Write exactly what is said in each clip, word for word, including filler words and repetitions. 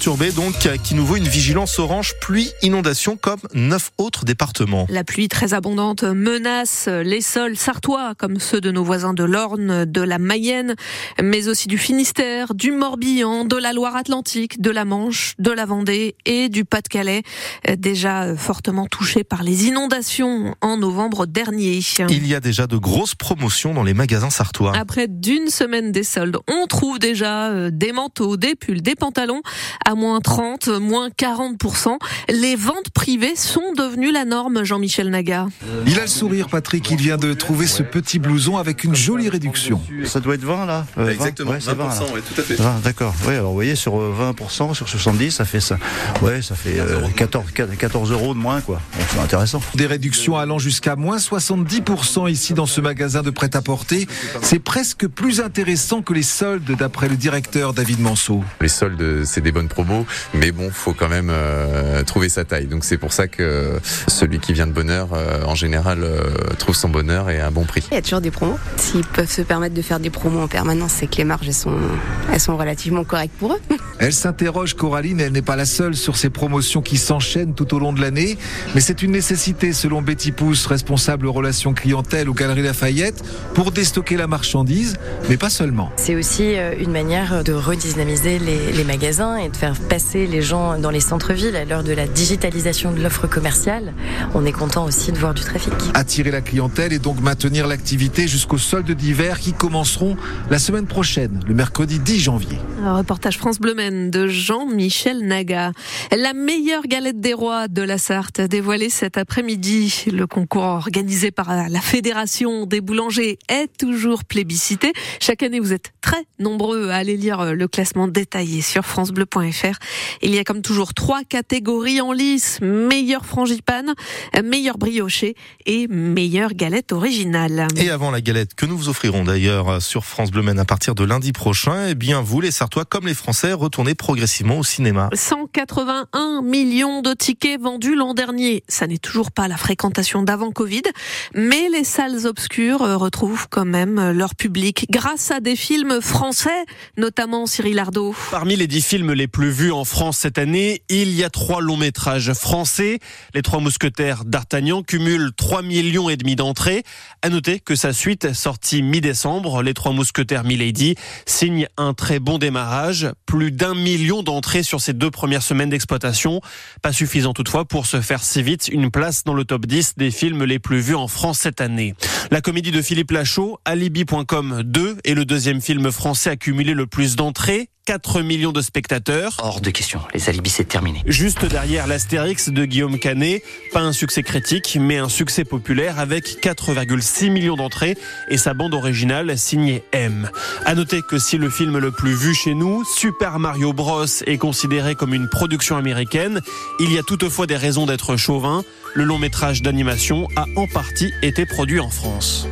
perturbée donc, qui nous vaut une vigilance orange pluie inondation comme neuf autres départements. La pluie très abondante menace les sols sartois comme ceux de nos voisins de l'Orne, de la Mayenne, mais aussi du Finistère, du Morbihan, de la Loire-Atlantique, de la Manche, de la Vendée et du Pas-de-Calais, déjà fortement touchés par les inondations en novembre dernier. Il y a déjà de grosses promotions dans les magasins sartois. Après d'une semaine des soldes, on trouve déjà des manteaux, des pulls, des pantalons à moins trente, moins quarante pour cent. Les ventes privées sont devenues la norme, Jean-Michel Naga. Il a le sourire, Patrick, il vient de trouver ce petit blouson avec une jolie réduction. Ça doit être vingt là euh, Exactement, vingt, ouais, c'est vingt pour cent, oui, tout à fait. vingt, d'accord, oui, alors vous voyez, sur vingt pour cent, sur soixante-dix, ça fait ça. Ouais, ça fait euh, quatorze euros de moins, quoi. Bon, c'est intéressant. Des réductions allant jusqu'à moins soixante-dix pour cent ici dans ce magasin de prêt-à-porter. C'est presque plus intéressant que les soldes, d'après le directeur David Manceau. Les soldes, c'est des bonnes promos, mais bon, faut quand même euh, trouver sa taille. Donc c'est pour ça que celui qui vient de bonne heure, euh, en général, euh, trouve son bonheur et à un bon prix. Il y a toujours des promos. S'ils peuvent se permettre de faire des promos en permanence, c'est que les marges, elles sont, elles sont relativement correctes pour eux. Elle s'interroge, Coraline, elle n'est pas la seule sur ces promotions qui s'enchaînent tout au long de l'année, mais c'est une nécessité selon Betty Pousse, responsable relations clientèle aux Galeries Lafayette, pour déstocker la marchandise, mais pas seulement. C'est aussi une manière de redynamiser les, les magasins et de faire passer les gens dans les centres-villes à l'heure de la digitalisation de l'offre commerciale. On est content aussi de voir du trafic. Attirer la clientèle et donc maintenir l'activité jusqu'aux soldes d'hiver qui commenceront la semaine prochaine, le mercredi dix janvier. Un reportage France Bleu Maine de Jean-Michel Naga. La meilleure galette des rois de la Sarthe dévoilée cet après-midi. Le concours organisé par la Fédération des boulangers est toujours plébiscité. Chaque année, vous êtes très nombreux à aller lire le classement détaillé sur francebleu point fr. Il y a comme toujours trois catégories en lice: meilleure frangipane, meilleure brioché et meilleure galette originale. Et avant la galette que nous vous offrirons d'ailleurs sur France Bleu Maine à partir de lundi prochain, eh bien vous les Sartois comme les Français retournez progressivement au cinéma. cent quatre-vingt-un millions de tickets vendus l'an dernier. Ça n'est toujours pas la fréquentation d'avant Covid, mais les salles obscures retrouvent quand même leur public grâce à des films français, notamment Cyril Ardo. Parmi les dix films les plus vus en France cette année, il y a trois longs métrages français. Les Trois Mousquetaires d'Artagnan cumulent trois millions et demi d'entrées. À noter que sa suite, sortie mi-décembre, Les Trois Mousquetaires Milady, signe un très bon démarrage. Plus d'un million d'entrées sur ces deux premières semaines d'exploitation. Pas suffisant toutefois pour se faire si vite une place dans le top dix des films les plus vus en France cette année. La comédie de Philippe Lachaud, Alibi point com deux, est le deuxième film français à cumuler le plus d'entrées. quatre millions de spectateurs. Hors de question, les alibis c'est terminé. Juste derrière l'Astérix de Guillaume Canet, pas un succès critique, mais un succès populaire avec quatre virgule six millions d'entrées et sa bande originale signée M. À noter que si le film le plus vu chez nous, Super Mario Bros, est considéré comme une production américaine, il y a toutefois des raisons d'être chauvin. Le long métrage d'animation a en partie été produit en France.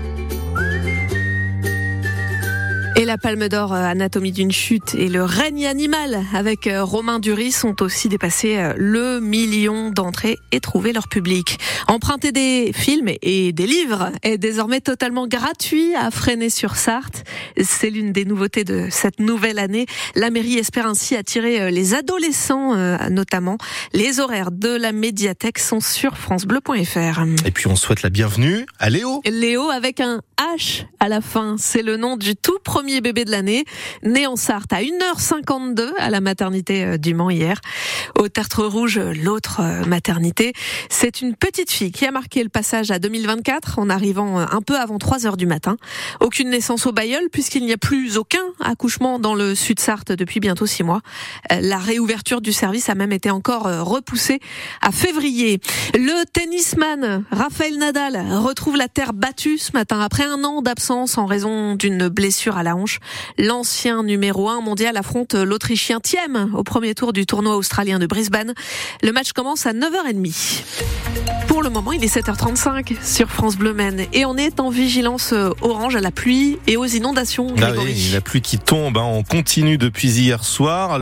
Et la Palme d'Or Anatomie d'une chute et le règne animal avec Romain Duris ont aussi dépassé le million d'entrées et trouvé leur public. Emprunter des films et des livres est désormais totalement gratuit à Fresnay-sur-Sarthe. C'est l'une des nouveautés de cette nouvelle année. La mairie espère ainsi attirer les adolescents notamment. Les horaires de la médiathèque sont sur francebleu point fr. Et puis on souhaite la bienvenue à Léo. Léo avec un H à la fin. C'est le nom du tout premier bébé de l'année, né en Sarthe à une heure cinquante-deux à la maternité du Mans hier. Au Tertre Rouge, l'autre maternité, c'est une petite fille qui a marqué le passage à deux mille vingt-quatre en arrivant un peu avant trois heures du matin. Aucune naissance au Bailleul puisqu'il n'y a plus aucun accouchement dans le Sud-Sarthe depuis bientôt six mois. La réouverture du service a même été encore repoussée à février. Le tennisman Rafael Nadal retrouve la terre battue ce matin après un an d'absence en raison d'une blessure à la hanche. L'ancien numéro un mondial affronte l'Autrichien Thiem au premier tour du tournoi australien de Brisbane. Le match commence à neuf heures trente. Pour le moment, il est sept heures trente-cinq sur France Bleu Maine et on est en vigilance orange à la pluie et aux inondations. Ah oui, la pluie qui tombe, hein, on continue depuis hier soir.